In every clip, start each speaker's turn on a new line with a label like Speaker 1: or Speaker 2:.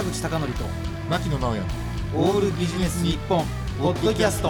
Speaker 1: 口貴教と
Speaker 2: 牧野直哉
Speaker 1: オールビジネス日本ポッドキャスト。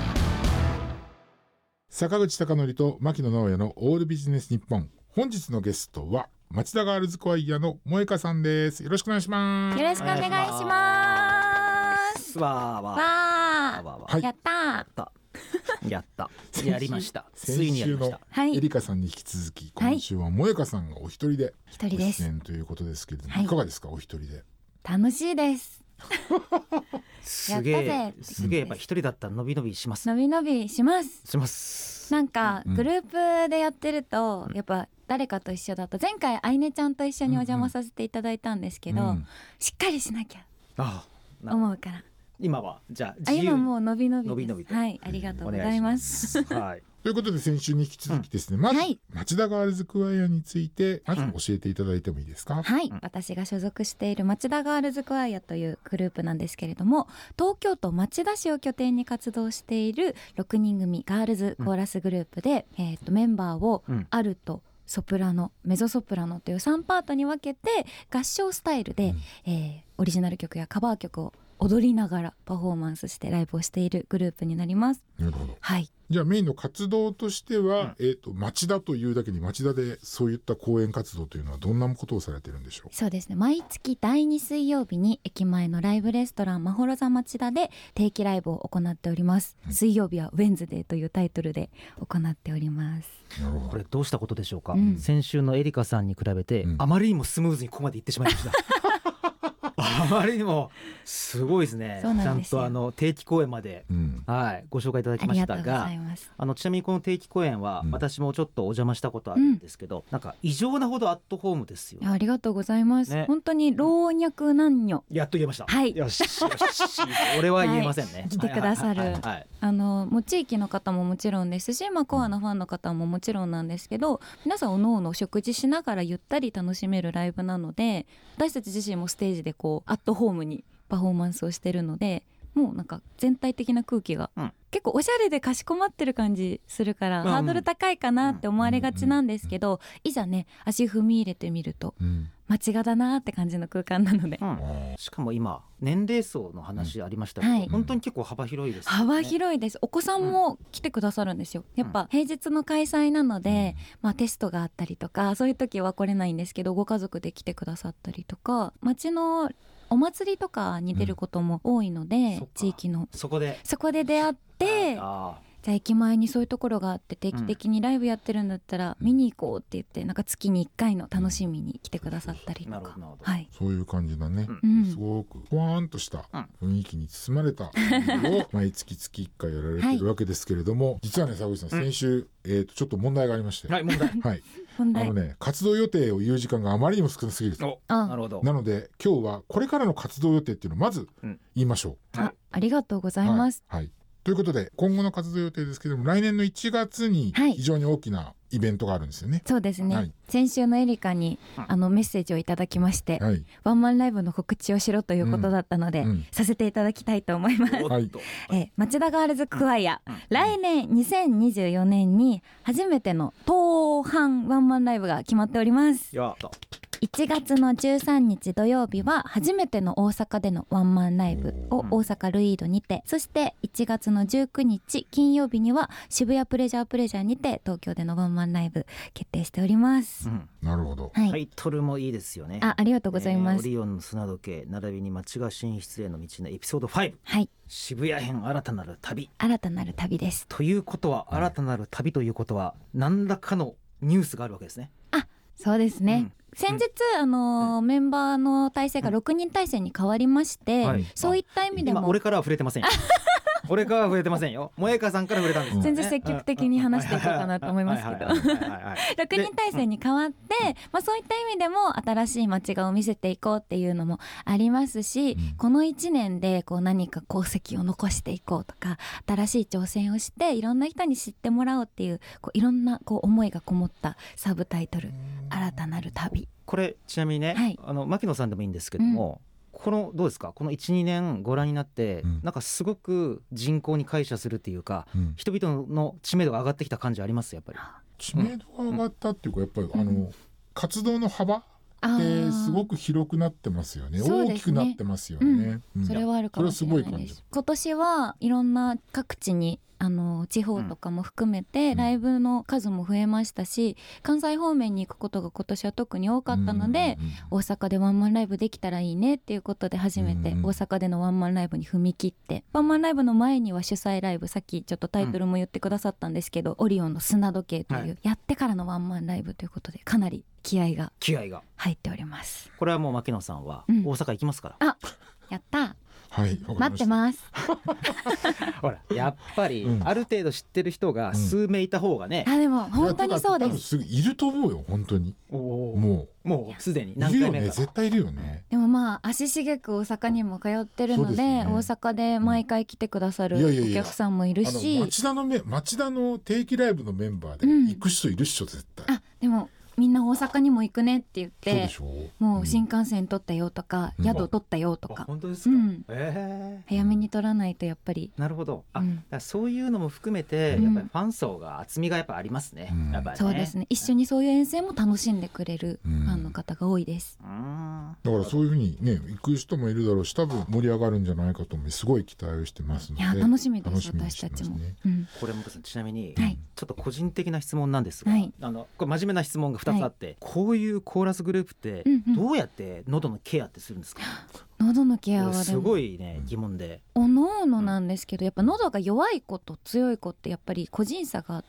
Speaker 2: 坂口貴教と牧野直哉のオールビジネス日本。本日のゲストは町田ガールズコアイヤの萌香さんです。よろしくお願いします。
Speaker 3: よろしくお願いします。
Speaker 1: わーわー
Speaker 3: わー、
Speaker 2: はい
Speaker 3: やった
Speaker 1: やったやりました。つい
Speaker 2: 先週の
Speaker 1: にやりました。
Speaker 3: はい
Speaker 2: エリカさんに引き続き今週は萌香さんがお一人で
Speaker 3: 一人です
Speaker 2: 出演ということですけれども、
Speaker 3: はい
Speaker 2: いかがですかお一人で。
Speaker 3: 楽しいです。
Speaker 1: すげ
Speaker 3: や
Speaker 1: え
Speaker 3: ったぜ
Speaker 1: すげえやっぱ一人だったら伸び伸びします
Speaker 3: のびのびします。
Speaker 1: します
Speaker 3: なんか
Speaker 2: うん
Speaker 3: グループでやってるとやっぱ誰かと一緒だと、前回あいねちゃんと一緒にお邪魔させていただいたんですけど、
Speaker 2: うん
Speaker 3: しっかりしなきゃ
Speaker 1: あな
Speaker 3: 思うから
Speaker 1: 今はじゃあ自由
Speaker 3: 今もうのびのびです。
Speaker 1: のびのびと
Speaker 3: はい、ありがとうござい
Speaker 1: お願いしま
Speaker 3: ます。
Speaker 1: すはい
Speaker 2: ということで先週に引き続きですね、まず
Speaker 3: はい
Speaker 2: 町田ガールズコアイヤについてまず教えていただいてもいいですか。
Speaker 3: はい、私が所属している町田ガールズクワイアというグループなんですけれども、東京都町田市を拠点に活動している6人組ガールズコーラスグループで、メンバーを
Speaker 1: うん
Speaker 3: アルト、ソプラノ、メゾソプラノという3パートに分けて合唱スタイルで、オリジナル曲やカバー曲を踊りながらパフォーマンスしてライブをしているグループになります。
Speaker 2: なるほど。
Speaker 3: はい、
Speaker 2: じゃあメインの活動としては、町田というだけに町田でそういった講演活動というのはどんなことをされてるんでしょう。
Speaker 3: そうですね、毎月第2水曜日に駅前のライブレストランまほろ座町田で定期ライブを行っております、水曜日はウェンズデーというタイトルで行っております。
Speaker 2: なるほど。
Speaker 1: これどうしたことでしょうか、
Speaker 3: うん
Speaker 1: 先週のエリカさんに比べて、
Speaker 2: うん
Speaker 1: あまりにもスムーズにここまで行ってしまいましたあまりにもすごいですね。
Speaker 3: そうなんですよ
Speaker 1: ちゃんと定期公演まで、はい、ご紹介いただきました
Speaker 3: ありがとうござ
Speaker 1: が
Speaker 3: います。
Speaker 1: ちなみにこの定期公演は
Speaker 2: うん
Speaker 1: 私もちょっとお邪魔したことあるんですけど、なんか異常なほどアットホームですよ
Speaker 3: いやありがとうございます、
Speaker 1: ね
Speaker 3: 本当に老若男女
Speaker 1: やっと言えました。
Speaker 3: はい
Speaker 1: よしよし俺は言えませんね、
Speaker 3: 来てくださる
Speaker 1: はいはいはい
Speaker 3: もう地域の方ももちろんですし、コアのファンの方ももちろんなんですけど、皆さんおのおの食事しながらゆったり楽しめるライブなので、私たち自身もステージでこうアットホームにパフォーマンスをしてるので、もうなんか全体的な空気が、結構おしゃれでかしこまってる感じするから、ハードル高いかなって思われがちなんですけど、いざね足踏み入れてみると街画だなって感じの空間なので、
Speaker 1: しかも今年齢層の話ありましたけど、
Speaker 3: はい
Speaker 1: 本当に結構幅広いですよね。
Speaker 3: 幅広いです。お子さんも来てくださるんですよ。やっぱ平日の開催なので、テストがあったりとかそういう時は来れないんですけど、ご家族で来てくださったりとか、街のお祭りとかに出ることも多いので、
Speaker 1: そっか
Speaker 3: 地域の
Speaker 1: そこで
Speaker 3: そこで出会って、
Speaker 1: あ
Speaker 3: じゃあ駅前にそういうところがあって定期的にライブやってるんだったら見に行こうって言って、なんか月に1回の楽しみに来てくださったりとか
Speaker 1: なるほどなるほ、ど
Speaker 3: はい、
Speaker 2: そういう感じだね、
Speaker 3: うん
Speaker 2: すごくふわーんとした雰囲気に包まれたのを毎月1回やられてるわけですけれども、実はね坂口さん先週、ちょっと問題がありまして、
Speaker 1: はい問題
Speaker 2: はい、
Speaker 3: 本題
Speaker 2: 活動予定を言う時間があまりにも少なすぎると。
Speaker 3: あ
Speaker 1: なるほど。
Speaker 2: なので今日はこれからの活動予定っていうのをまず言いましょう。
Speaker 3: ありがとうございます。
Speaker 2: はい、ということで今後の活動予定ですけども、来年の1月に
Speaker 3: はい
Speaker 2: 非常に大きなイベントがあるんですよね。
Speaker 3: そうですね、
Speaker 2: はい
Speaker 3: 先週のエリカにメッセージをいただきまして、
Speaker 2: はい、
Speaker 3: ワンマンライブの告知をしろということだったので、させていただきたいと思います。
Speaker 2: はい
Speaker 3: 町田ガールズクワイア、来年2024年に初めての東阪ワンマンライブが決まっております。
Speaker 1: や
Speaker 3: 1月の13日土曜日は初めての大阪でのワンマンライブを大阪ルイードにて、そして1月の19日金曜日には渋谷プレジャーにて東京でのワンマンライブ決定しております。
Speaker 2: なるほど。
Speaker 3: はい、
Speaker 1: タイトルもいいですよね。
Speaker 3: ありがとうございます。
Speaker 1: オリオンの砂時計並びに町が進出への道のエピソード5、
Speaker 3: はい、
Speaker 1: 渋谷編新たなる旅
Speaker 3: 新たなる旅です。
Speaker 1: ということは、新たなる旅ということは何らかのニュースがあるわけですね。
Speaker 3: そうですね、先日、メンバーの体制が6人体制に変わりまして、
Speaker 1: はい
Speaker 3: そういった意味でも
Speaker 1: 今俺からは触れてませんよ俺からは触れてませんよ。萌香さんから触れたんですよね。
Speaker 3: 全然積極的に話していこうかなと思いますけど6人体制に変わって、そういった意味でも新しい街画を見せていこうっていうのもありますし、この1年でこう何か功績を残していこうとか、新しい挑戦をしていろんな人に知ってもらおうっていう、いろんな思いがこもったサブタイトル、新たなる旅。
Speaker 1: これちなみにね、
Speaker 3: はい
Speaker 1: 牧野さんでもいいんですけども、このどうですか、この 1,2 年ご覧になって、なんかすごく人口に感謝するっていうか、人々の知名度が上がってきた感じありますやっぱり。
Speaker 2: 知名度が上がったっていうか、やっぱり活動の幅ってすごく広くなってますよね。大きくなってますよね。
Speaker 3: それはあるかもしれないです。今年はいろんな各地に地方とかも含めてライブの数も増えましたし、関西方面に行くことが今年は特に多かったので、大阪でワンマンライブできたらいいねっていうことで初めて大阪でのワンマンライブに踏み切って、ワンマンライブの前には主催ライブ、さっきちょっとタイトルも言ってくださったんですけど、オリオンの砂時計という、やってからのワンマンライブということでかなり気合が入っております。
Speaker 1: これはもう牧野さんは大阪行きますから、
Speaker 3: やった
Speaker 2: はい、
Speaker 3: 待ってます。
Speaker 1: ほらやっぱりある程度知ってる人が数名いた方がね、
Speaker 3: でも本当にそうです。
Speaker 2: いると思うよ本当に。も
Speaker 1: うすでに何回目か
Speaker 2: いるよね、絶対いるよね。
Speaker 3: でも足しげく大阪にも通ってるので、大阪で毎回来てくださるお客さんもいるし、
Speaker 2: 町田の定期ライブのメンバーで行く人いるっしょ絶対。
Speaker 3: でもみんな大阪にも行くねって言って、もう新幹線取ったよとか、宿取ったよとか。
Speaker 1: 本当ですか？
Speaker 3: 早めに取らないとやっぱり。
Speaker 1: なるほど。だからそういうのも含めてやっぱりファン層が厚みがやっぱありますね。やっぱりね。
Speaker 3: そうですね。一緒にそういう遠征も楽しんでくれるファンの方が多いです。
Speaker 2: だからそういうふうにね行く人もいるだろうし、多分盛り上がるんじゃないかと思いすごい期待をしてますので。
Speaker 3: いや楽しみです、私たちも。
Speaker 1: これもちなみにちょっと個人的な質問なんですが、これ真面目な質問が2つあって、こういうコーラスグループってどうやって喉のケアってするんですか？
Speaker 3: 喉のケアは
Speaker 1: すごいね疑問で、
Speaker 3: おのおのなんですけど、やっぱ喉が弱い子と強い子ってやっぱり個人差があって、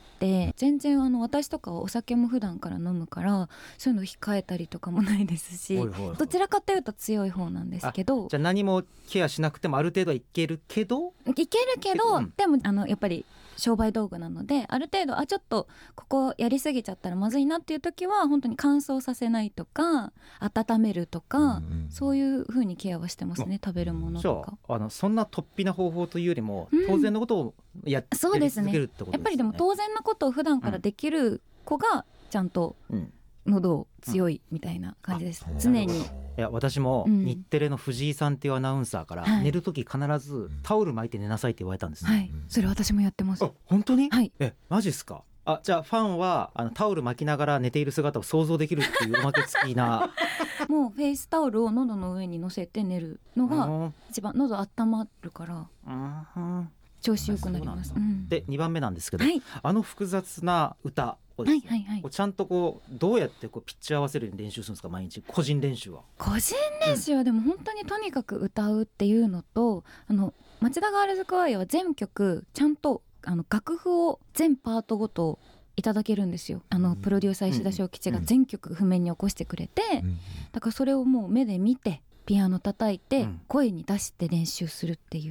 Speaker 3: 全然私とかはお酒も普段から飲むからそういうの控えたりとかもないですし、どちらかというと強い方なんですけど。
Speaker 1: じゃあ何もケアしなくてもある程度はいけるけど、
Speaker 3: でもやっぱり商売道具なので、ある程度ちょっとここやりすぎちゃったらまずいなっていう時は本当に乾燥させないとか温めるとか、そういう風にケアはしてますね。食べるものとか。
Speaker 1: そんな突飛な方法というよりも当然のことをやって続けるってことですね。
Speaker 3: やっぱりでも当然なことを普段からできる子がちゃんと喉強いみたいな感じです。常に。
Speaker 1: いや私も日テレの藤井さんっていうアナウンサーから寝るとき必ずタオル巻いて寝なさいって言われたんですね。
Speaker 3: それ私もやってます。
Speaker 1: 本当に？
Speaker 3: はい。
Speaker 1: マジっすか？じゃあファンはタオル巻きながら寝ている姿を想像できるっていうおまけ付きな
Speaker 3: もうフェイスタオルを喉の上に乗せて寝るのが一番喉温まるから調子よくなります。
Speaker 1: で2番目なんですけど、複雑な歌をちゃんとどうやってピッチ合わせるように練習するんですか？毎日個人練習は
Speaker 3: でも本当にとにかく歌うっていうのと、町田ガールズクワイアは全曲ちゃんと楽譜を全パートごといただけるんですよ。プロデューサー石田正吉が全曲譜面に起こしてくれて、だからそれをもう目で見てピアノ叩いて声に出して練習するっていう、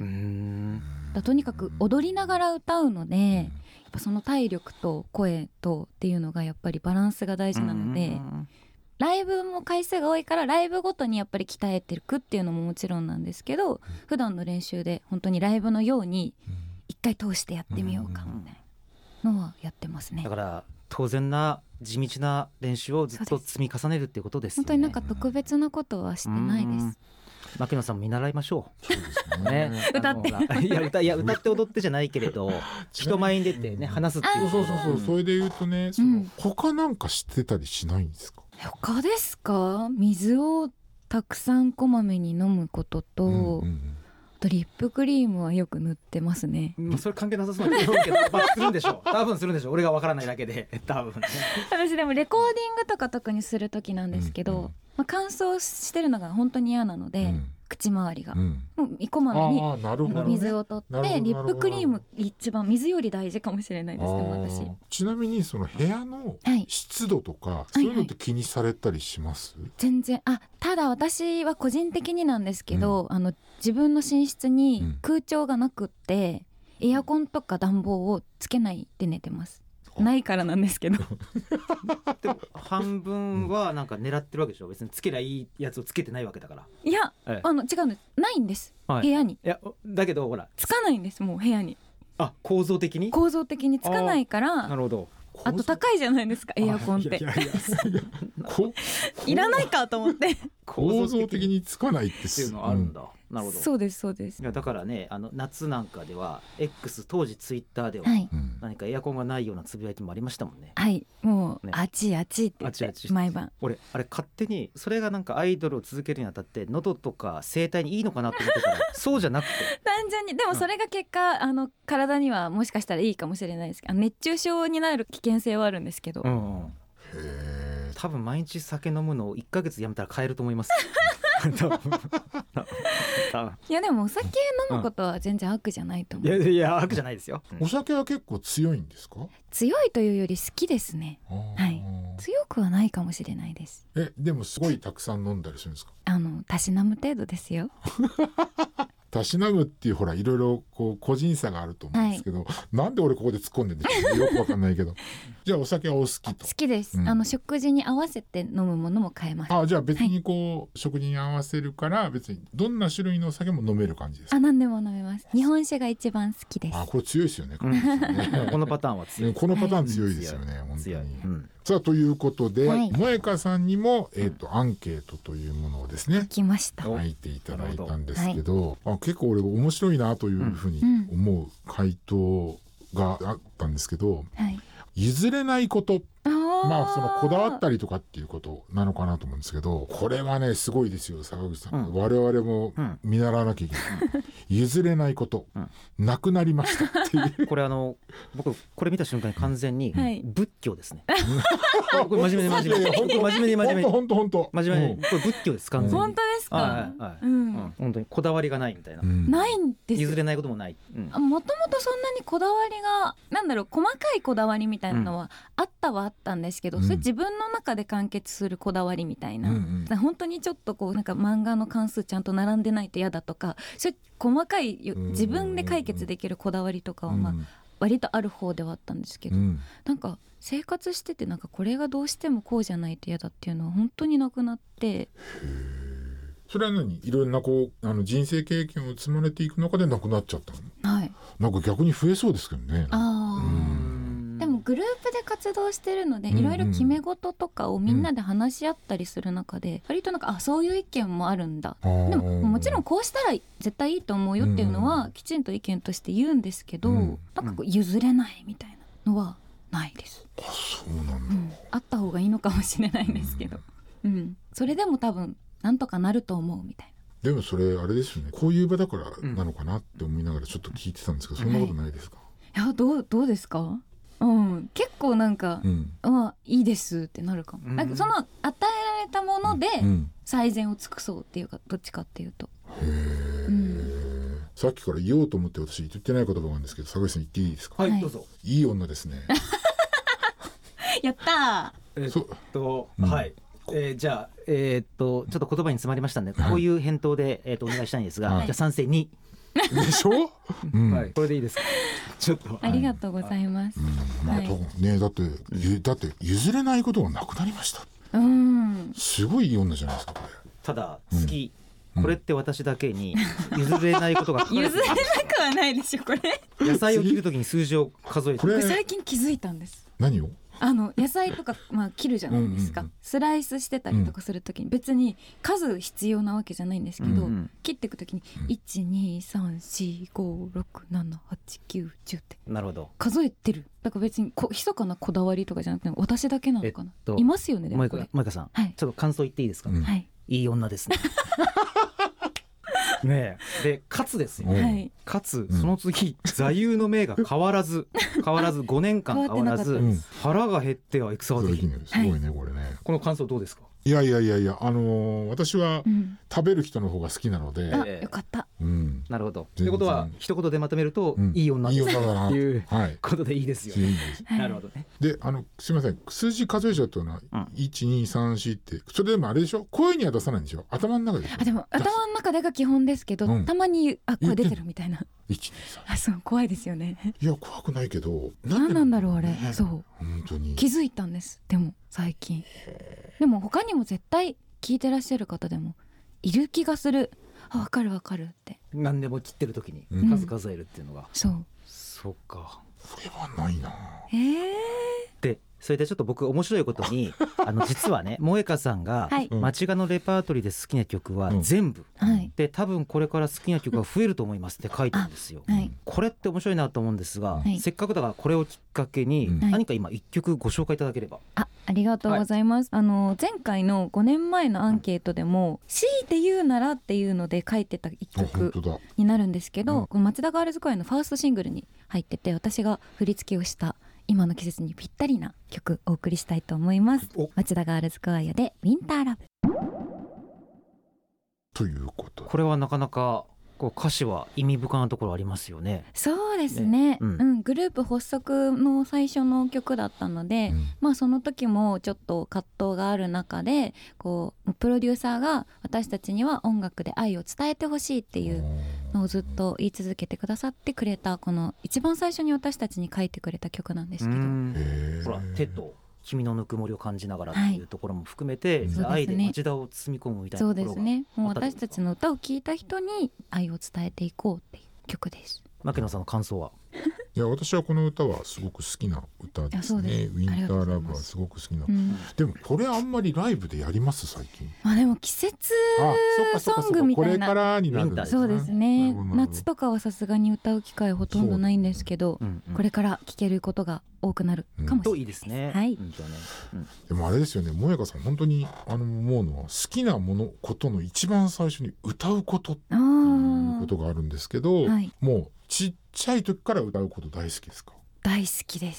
Speaker 3: とにかく踊りながら歌うので、やっぱその体力と声とっていうのがやっぱりバランスが大事なので、ライブも回数が多いからライブごとにやっぱり鍛えていくっていうのももちろんなんですけど、普段の練習で本当にライブのように一回通してやってみようかみたいなのはやってますね。
Speaker 1: だから当然な地道な練習をずっと積み重ねるっていうことですね。
Speaker 3: 本当になんか特別なことはしてないです。
Speaker 1: 牧野さんも見習いましょう。
Speaker 2: そうですね。
Speaker 3: 歌って
Speaker 1: 歌って踊ってじゃないけれど人前に出てね話すっていう。
Speaker 2: そうそれで言うとね、他なんか知ってたりしないんですか？
Speaker 3: 他ですか？水をたくさんこまめに飲むことと、リップクリームはよく塗ってますね。
Speaker 1: それ関係なさそうだけど、するんでしょう。多分するんでしょう。俺がわからないだけで多分、
Speaker 3: 私でもレコーディングとか特にする時なんですけど、乾燥してるのが本当に嫌なので、口周りが、もうこまめに水を取って、リップクリーム一番水より大事かもしれないですね。私
Speaker 2: ちなみにその部屋の湿度とか、そういうのって気にされたりします？
Speaker 3: 全然。ただ私は個人的になんですけど、自分の寝室に空調がなくって、エアコンとか暖房をつけないで寝てます。ないからなんですけど
Speaker 1: でも半分はなんか狙ってるわけでしょ。別につけりゃいいやつをつけてないわけだから。
Speaker 3: いや、違うんです。ないんです、部屋に。
Speaker 1: いやだけどほら
Speaker 3: つかないんです。もう部屋に
Speaker 1: 構造的に
Speaker 3: つかないから。
Speaker 1: なるほど。
Speaker 3: あと高いじゃないですか、エアコンって。いらないかと思って
Speaker 2: 構造的につかないって
Speaker 1: いうのあるんだ。 なるほど。
Speaker 3: そうですそうです。
Speaker 1: いやだからね、夏なんかでは X 当時ツイッターでは、
Speaker 3: はい、
Speaker 1: 何かエアコンがないようなつぶやきもありましたもんね。
Speaker 3: はい、もう、
Speaker 1: ね、
Speaker 3: あちあちって言って毎晩。
Speaker 1: 俺あれ勝手にそれがなんかアイドルを続けるにあたって喉とか声帯にいいのかなと思ってたらそうじゃなくて
Speaker 3: 単純にでもそれが結果、体にはもしかしたらいいかもしれないですけど、熱中症になる危険性はあるんですけど、
Speaker 1: 多分毎日酒飲むのを1ヶ月やめたら買えると思います
Speaker 3: いやでもお酒飲むことは全然悪じゃないと思う。
Speaker 1: いや悪じゃないですよ。
Speaker 2: お酒は結構強いんですか？
Speaker 3: 強いというより好きですね。はい、強くはないかもしれないです。
Speaker 2: でもすごいたくさん飲んだりするんですか？
Speaker 3: たしなむ程度ですよ。
Speaker 2: たしなむっていうほらいろいろこう個人差があると思うんですけど、なんで俺ここで突っ込んでんでしょうよくわかんないけどじゃあお酒はお好きと？
Speaker 3: 好きです、食事に合わせて飲むものも買えます。
Speaker 2: じゃあ別にこう、食事に合わせるから別にどんな種類のお酒も飲める感じですか？
Speaker 3: 何でも飲めます。日本酒が一番好きです。
Speaker 2: これ強いですよね。こ
Speaker 1: のパターンは強い。
Speaker 2: このパターン強いですよね、本当に。さあということで、萌香さんにも、アンケートというものをですね
Speaker 3: 書きました。
Speaker 2: 書いていただいたんですけど、結構俺面白いなというふうに思う回答があったんですけど、譲れないこと、そのこだわったりとかっていうことなのかなと思うんですけど、これはねすごいですよ坂口さん、我々も見習わなきゃいけない、譲れないこと、なくなりましたっていう
Speaker 1: これ僕これ見た瞬間に完全に仏教ですね。これ真面目に
Speaker 2: 本当
Speaker 1: 真面目にこれ仏教です完全に。
Speaker 3: 本当ですか？
Speaker 1: 本当にこだわりがないみたいな、
Speaker 3: ないんですよ。
Speaker 1: 譲れないこともない。
Speaker 3: もともとそんなにこだわりが細かいこだわりみたいなのはあったんですけど、それ自分の中で完結するこだわりみたいな、本当にちょっとこうなんか漫画の関数ちゃんと並んでないと嫌だとか、そういう細かい自分で解決できるこだわりとかは割とある方ではあったんですけど、なんか生活しててこれがどうしてもこうじゃないと嫌だっていうのは本当になくなって。
Speaker 2: それは何、いろんな人生経験を積まれていく中でなくなっちゃったの？なんか逆に増えそうですけどね。
Speaker 3: でもグループで活動してるので、いろいろ決め事とかをみんなで話し合ったりする中で、割とそういう意見もあるんだ、でももちろんこうしたら絶対いいと思うよっていうのはきちんと意見として言うんですけど、譲れないみたいなのはないです。
Speaker 2: そうなんだ、
Speaker 3: あった方がいいのかもしれないんですけど、それでも多分なんとかなると思うみたい
Speaker 2: な。でもそれあれですよね、こういう場だからなのかなって思いながらちょっと聞いてたんですけど、そんなことないですか？
Speaker 3: いやどうですか？結構いいですってなるかも。その与えられたもので最善を尽くそうっていうか、どっちかっていうと。
Speaker 2: さっきから言おうと思って私言ってない言葉があるんですけど、坂口さん言っていいですか？
Speaker 1: はいどうぞ。
Speaker 2: いい女ですね。
Speaker 3: やった
Speaker 1: ー。はい。じゃあちょっと言葉に詰まりましたんで、こういう返答でお願いしたいんですが、じゃあ賛成2
Speaker 2: でしょ？
Speaker 1: これでいいですか？ちょっと
Speaker 3: ありがとうございます。
Speaker 2: だって譲れないことがなくなりました。すごいいい女じゃないですかこれ。
Speaker 1: ただ次、これって私だけに譲れないことが
Speaker 3: 譲れなくはないでしょこれ。
Speaker 1: 野菜を切るときに数字を数えて、
Speaker 3: 僕最近気づいたんです。
Speaker 2: 何を？
Speaker 3: 野菜とか切るじゃないですか、スライスしてたりとかするときに別に数必要なわけじゃないんですけど、切っていくときに 1,2,3,4,5,6,7,8,9,10 って
Speaker 1: なるほど
Speaker 3: 数えてる。だから別に密かなこだわりとかじゃなくて私だけなのかな、いますよね。でもこれ
Speaker 1: 萌香さん、ちょっと感想言っていいですか？いい女ですね。ねえ、でかつですよ、かつその次、座右の銘が変わらず5年間変わらず、腹が減っては戦はできる。
Speaker 2: すごいねこれね。
Speaker 1: この感想どうですか？
Speaker 2: いや私は食べる人の方が好きなので、
Speaker 3: よかった。
Speaker 1: なるほど。ということは一言でまとめると、いい女だなっていうことでいいですよ。なるほどね。
Speaker 2: ですいません、数字数えちゃったのは1,2,3,4ってそれでもあれでしょ、声には出さないんでしょ、頭の中で。
Speaker 3: でも頭の中でが基本ですけど、たまにこれ出てるみたいな。そう怖いですよね。
Speaker 2: いや怖くないけど、
Speaker 3: 何なんだろうあれ。そう
Speaker 2: 本当に
Speaker 3: 気づいたんです。でも最近でも他にも絶対聞いてらっしゃる方でもいる気がする。わかるって。
Speaker 1: 何でも切ってる時に数えるっていうのが、
Speaker 3: そう
Speaker 1: か。
Speaker 2: それはないな。
Speaker 1: でそれでちょっと僕面白いことに実はね萌歌さんが町田のレパートリーで好きな曲は全部、で多分これから好きな曲が増えると思いますって書いてるんですよ、これって面白いなと思うんですが、せっかくだからこれをきっかけに何か今一曲ご紹介いただければ。
Speaker 3: ありがとうございます、前回の5年前のアンケートでも強いて言うならっていうので書いてた一曲になるんですけど、この町田ガールズコアのファーストシングルに入ってて、私が振り付けをした今の季節にぴったりな曲お送りしたいと思います。町田ガールズコアでウィンターラブ
Speaker 2: ということ。
Speaker 1: これはなかなかこう歌詞は意味深なところありますよね。
Speaker 3: そうですね、グループ発足の最初の曲だったので、その時もちょっと葛藤がある中でこうプロデューサーが私たちには音楽で愛を伝えてほしいっていうのをずっと言い続けてくださってくれた、この一番最初に私たちに書いてくれた曲なんですけど、
Speaker 1: ほら手と君のぬくもりを感じながらっていうところも含めて、愛で町田を包み込むみたいなところが。
Speaker 3: そうですね、もう私たちの歌を聴いた人に愛を伝えていこうっていう曲です。
Speaker 1: 牧野さんの感想は？
Speaker 2: いや私はこの歌はすごく好きな歌ですね。ウィンターラブはすごく好きな、でもこれあんまりライブでやります最近？
Speaker 3: でも季節ソングみたいな、
Speaker 2: これからになるんですね。
Speaker 3: そうですね、夏とかはさすがに歌う機会ほとんどないんですけど、これから聴けることが多くなるかもしれないです。
Speaker 1: いいですね。
Speaker 3: はい。
Speaker 2: でもあれですよね、萌歌さん本当に思うのは好きなことの一番最初に歌うことっていうことがあるんですけど、もうちっちゃい時から歌うこと大好きですか？
Speaker 3: 大好きです。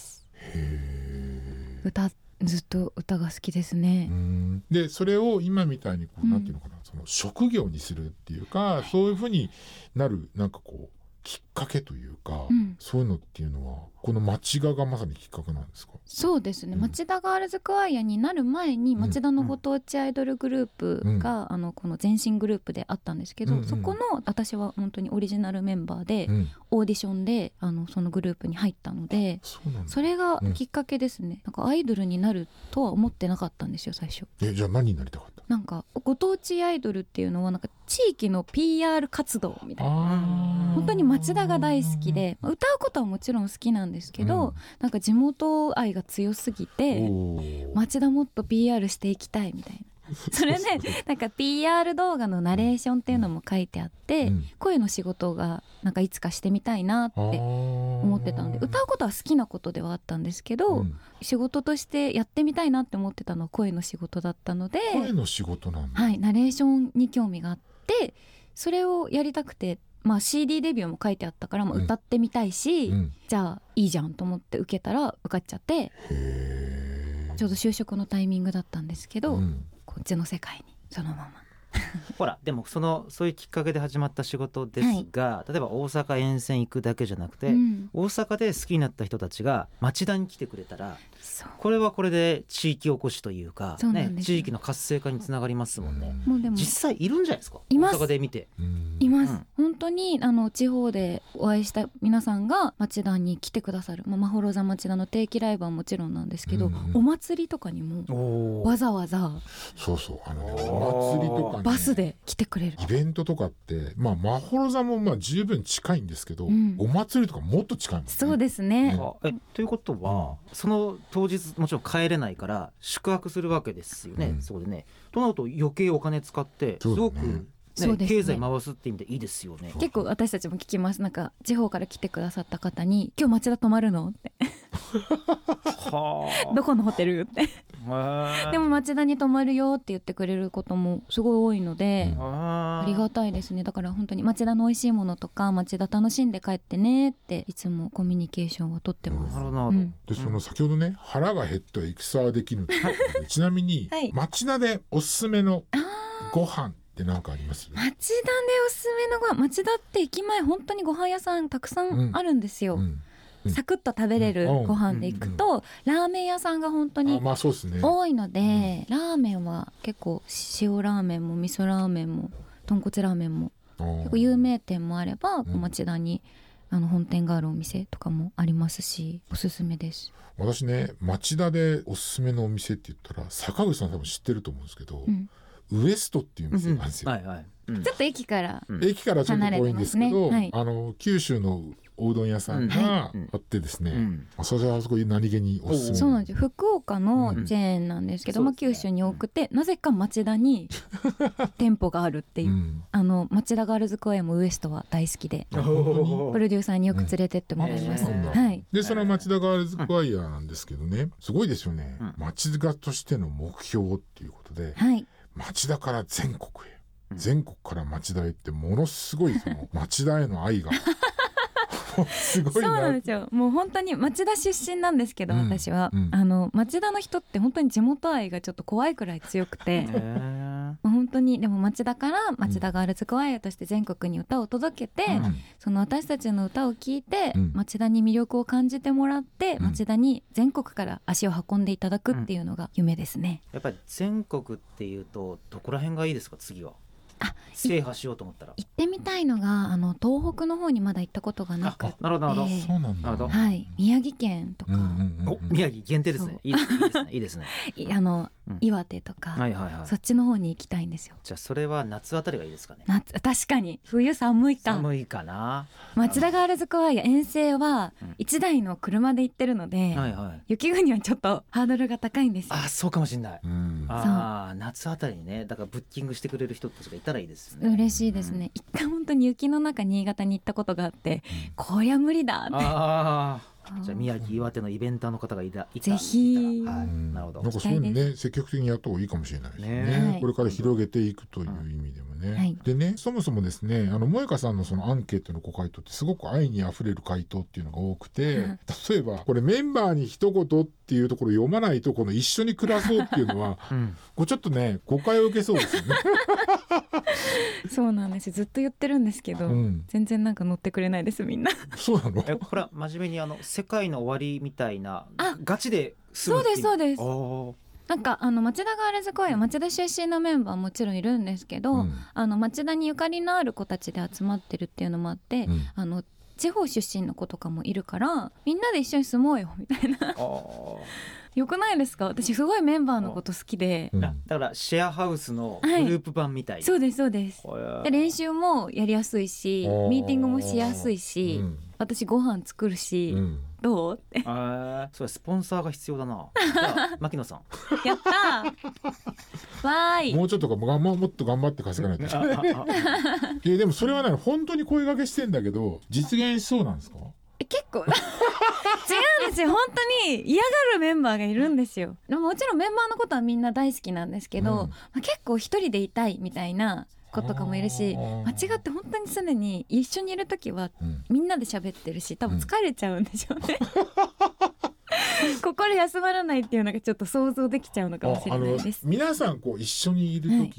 Speaker 3: ずっと歌が好きですね。
Speaker 2: でそれを今みたいにこう、なんていうのかな、その職業にするっていうか、そういうふうになるなんかこうきっかけというか、そういうのっていうのはこの町田がまさにきっかけなんですか？
Speaker 3: そうですね、町田ガールズクワイアになる前に町田のご当地アイドルグループが、この前身グループであったんですけど、そこの私は本当にオリジナルメンバーで、オーディションでそのグループに入ったので、それがきっかけですね。なんかアイドルになるとは思ってなかったんですよ最初。
Speaker 2: じゃあ何になりたかった？
Speaker 3: なんかご当地アイドルっていうのはなんか地域の PR 活動みたいな、本当に町田が大好きで、歌うことはもちろん好きなんですけど、なんか地元愛が強すぎて町田もっと PR していきたいみたいな。それでなんか PR 動画のナレーションっていうのも書いてあって、声の仕事がなんかいつかしてみたいなって思ってたので、歌うことは好きなことではあったんですけど、仕事としてやってみたいなって思ってたのは声の仕事だったので、
Speaker 2: 声の仕事なんだ。
Speaker 3: はい、ナレーションに興味があって、それをやりたくて、CD デビューも書いてあったから、歌ってみたいし、じゃあいいじゃんと思って受けたら受かっちゃって、ちょうど就職のタイミングだったんですけど、こっちの世界にそのまま
Speaker 1: ほらでもそういうきっかけで始まった仕事ですが、例えば大阪沿線行くだけじゃなくて、大阪で好きになった人たちが町田に来てくれたら、これはこれで地域おこしというか、地域の活性化につながりますもんね。もうでも実際いるんじゃないですか？
Speaker 3: います、
Speaker 1: 大阪で見て
Speaker 3: います、本当に地方でお会いした皆さんが町田に来てくださる、まほろ座町田の定期ライブはもちろんなんですけど、お祭りとかにもわざわざ
Speaker 2: お祭りとか
Speaker 3: バスで来てくれる。
Speaker 2: イベントとかってまほろ座も十分近いんですけど、お祭りとかもっと近いもんね。
Speaker 3: そうですね。
Speaker 1: ということは、その当日もちろん帰れないから宿泊するわけですよね、そこでね。となると余計お金使ってすごく経済回すって意味でいいですよね。
Speaker 3: 結構私たちも聞きます。なんか地方から来てくださった方に今日町田泊まるのってどこのホテルってでも町田に泊まるよって言ってくれることもすごい多いので、ありがたいですね。だから本当に町田の美味しいものとか町田楽しんで帰ってねっていつもコミュニケーションをとってます。
Speaker 2: でその先ほどね、腹が減っては戦はできぬちなみに、町田でおすすめのご飯って何かあります？
Speaker 3: 町田でおすすめのご飯、町田って駅前本当にご飯屋さんたくさんあるんですよ。サクッと食べれるご飯でいくと、ラーメン屋さんが本当に多いので、ラーメンは結構塩ラーメンも味噌ラーメンも豚骨ラーメンも結構有名店もあれば、町田に本店があるお店とかもありますし、おすすめです。
Speaker 2: 私ね、町田でおすすめのお店って言ったら坂口さん多分知ってると思うんですけど、ウエストっていう店なんですよ。
Speaker 3: ちょっと駅から
Speaker 2: ちょっと遠いんですけど、九州のおうどん屋さんがあってですね、それはあそこ何気におすすめ。
Speaker 3: そうなんですよ。福岡のチェーンなんですけども、九州に多くて、なぜか町田に店舗があるっていう、町田ガールズ公園もウエストは大好きで、プロデューサーによく連れてってもらいます。はい。
Speaker 2: でその町田ガールズコアイヤーなんですけどね、すごいですよね。町田としての目標っていうことで、町田から全国へ、全国から町田へってものすごいその町田への愛がすごいな。そう
Speaker 3: なんですよ。もう本当に町田出身なんですけど、私は町田の人って本当に地元愛がちょっと怖いくらい強くて、本当にでも町田から町田ガールズコアイヤーとして全国に歌を届けて、その私たちの歌を聴いて、町田に魅力を感じてもらって、町田に全国から足を運んでいただくっていうのが夢ですね。
Speaker 1: やっぱり全国っていうとどこら辺がいいですか？次は制覇しようと思ったら
Speaker 3: 行ってみたいのが東北の方にまだ行ったことがなくて。
Speaker 1: なるほど、
Speaker 2: そうなんだ。
Speaker 3: はい、宮城県とか、
Speaker 1: 宮城限定ですね。いいですね。
Speaker 3: 岩手とか、そっちの方に行きたいんですよ。
Speaker 1: じゃあそれは夏あたりがいいですかね。
Speaker 3: 確かに冬寒い
Speaker 1: かな。
Speaker 3: 町田ガールズコアイヤー遠征は1台の車で行ってるので、雪国はちょっとハードルが高いんですよ。
Speaker 1: そうかもしれない。夏あたりにね、だからブッキングしてくれる人たちがいたらいいですね。
Speaker 3: 嬉しいですね。一回本当に雪の中新潟に行ったことがあって、こりゃ無理だって。
Speaker 1: じゃあ宮城岩手のイベンターの方がいた
Speaker 3: ぜひ。
Speaker 1: なるほど。
Speaker 2: なんかそういうのね、積極的にやった方がいいかもしれないですね。これから広げていくという意味でもね。でね、そもそもですね、萌香さんのそのアンケートのご回答ってすごく愛にあふれる回答っていうのが多くて、例えばこれメンバーに一言っていうところ読まないと、この一緒に暮らそうっていうのはこうちょっとね誤解を受けそうですよね。
Speaker 3: そうなんです。ずっと言ってるんですけど、全然なんか乗ってくれないですみんな。
Speaker 2: そうなの？
Speaker 1: これは真面目に世界の終わりみたいなガチで
Speaker 3: そうですそうです。なんか町田ガールズコアイヤー、町田出身のメンバーもちろんいるんですけど、町田にゆかりのある子たちで集まってるっていうのもあって、地方出身の子とかもいるからみんなで一緒に住もうよみたいな。よくないですか？私すごいメンバーのこと好きで、
Speaker 1: だからシェアハウスのグループ版みたいな。
Speaker 3: そうですそうです。で練習もやりやすいし、ミーティングもしやすいし、私ご飯作るし、どうって。
Speaker 1: それスポンサーが必要だな。じゃあ牧野さん。
Speaker 3: やったー。わーい。
Speaker 2: もうちょっともっと頑張って稼がないと。でもそれはね、本当に声掛けしてんだけど実現しそうなんですか？
Speaker 3: 結構違うんですよ。本当に嫌がるメンバーがいるんですよ。でももちろんメンバーのことはみんな大好きなんですけど、結構一人でいたいみたいな子とかもいるし、間違って本当に常に一緒にいる時はみんなで喋ってるし、多分疲れちゃうんでしょうね。心休まらないっていうのがちょっと想像できちゃうのかもしれないです。
Speaker 2: 皆さんこう一緒にいる時って、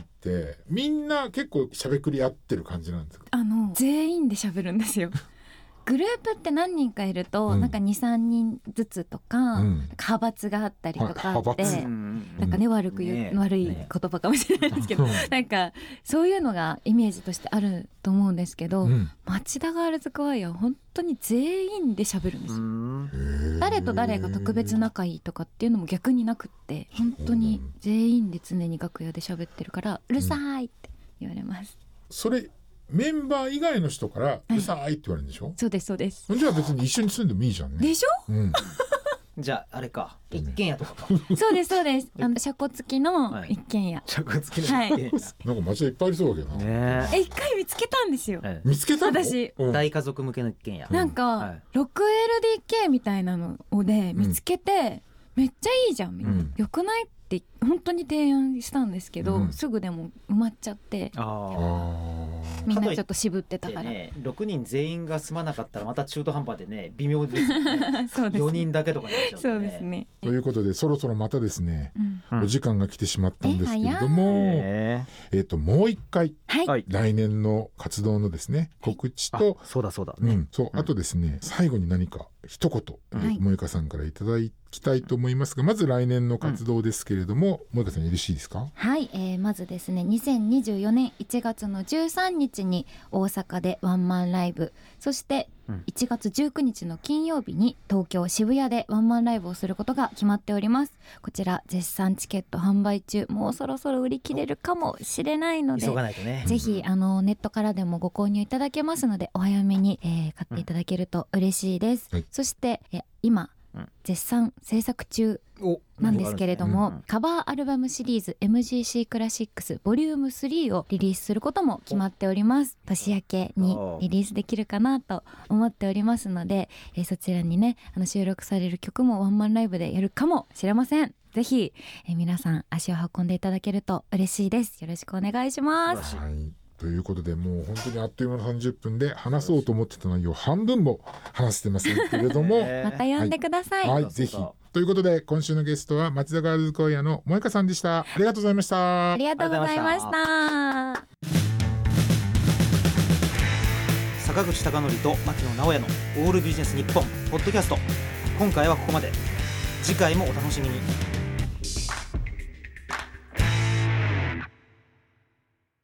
Speaker 2: みんな結構喋くり合ってる感じなんですか？
Speaker 3: 全員で喋るんですよ。グループって何人かいると、なんか 2,3 人ずつとか、派閥があったりとかあって、なんかね悪い言葉かもしれないですけど、なんかそういうのがイメージとしてあると思うんですけど、町田ガールズコアイヤーは本当に全員で喋るんですよ。誰と誰が特別仲いいとかっていうのも逆になくって、本当に全員で常に楽屋で喋ってるからうるさいって言われます。
Speaker 2: それメンバー以外の人からうるさいって言われるんでしょ？
Speaker 3: そうですそうです。
Speaker 2: じゃあ別に一緒に住んでもいいじゃんね。
Speaker 3: でしょ？
Speaker 1: じゃああれか、一軒家とかか。
Speaker 3: そうですそうです。車庫付きの一軒家。
Speaker 1: 車庫付きの一軒家。なん
Speaker 2: か町田いっぱいありそうだけどな。
Speaker 3: 一回見つけたんですよ。
Speaker 2: 見つけたの？
Speaker 3: 私
Speaker 1: 大家族向けの一軒家。
Speaker 3: なんか 6LDK みたいなので見つけて、めっちゃいいじゃんみたいな。よくないって本当に提案したんですけど、すぐでも埋まっちゃって。みんなちょっと渋ってたから、
Speaker 1: 6人全員が住まなかったらまた中途半端でね、微妙ですよね。そうですね。4人だけとかになっちゃう、
Speaker 3: そうですね。
Speaker 2: ということでそろそろまたですね、お時間が来てしまったんですけれども、もう一回、来年の活動のですね告知と、
Speaker 1: そうだそうだ、
Speaker 2: あとですね、最後に何か一言萌香さんからいただきたいと思いますが、まず来年の活動ですけれども、萌香さんよろしいですか？
Speaker 3: はい、まずですね、2024年1月の13日に大阪でワンマンライブ、そして 1月19日の金曜日に東京渋谷でワンマンライブをすることが決まっております。こちら絶賛チケット販売中、もうそろそろ売り切れるかもしれないので、
Speaker 1: 急がないとね。
Speaker 3: ぜひネットからでもご購入いただけますので、お早めに、買っていただけると嬉しいです。そして今絶賛制作中なんですけれども、カバーアルバムシリーズ MGC クラシックスボリューム3をリリースすることも決まっております。年明けにリリースできるかなと思っておりますので、そちらにね収録される曲もワンマンライブでやるかもしれません。ぜひ、皆さん足を運んでいただけると嬉しいです。よろしくお願いします。
Speaker 2: ということで、もう本当にあっという間の30分で話そうと思ってた内容半分も話してませんけれども
Speaker 3: また呼んでください。
Speaker 2: はい、ぜひ。ということで、今週のゲストは町田ガールズコイヤの萌香さんでした。ありがとうございました。
Speaker 3: ありがとうございました。
Speaker 1: 坂口孝則と牧野直哉のオールビジネス日本ポッドキャスト、今回はここまで。次回もお楽しみに。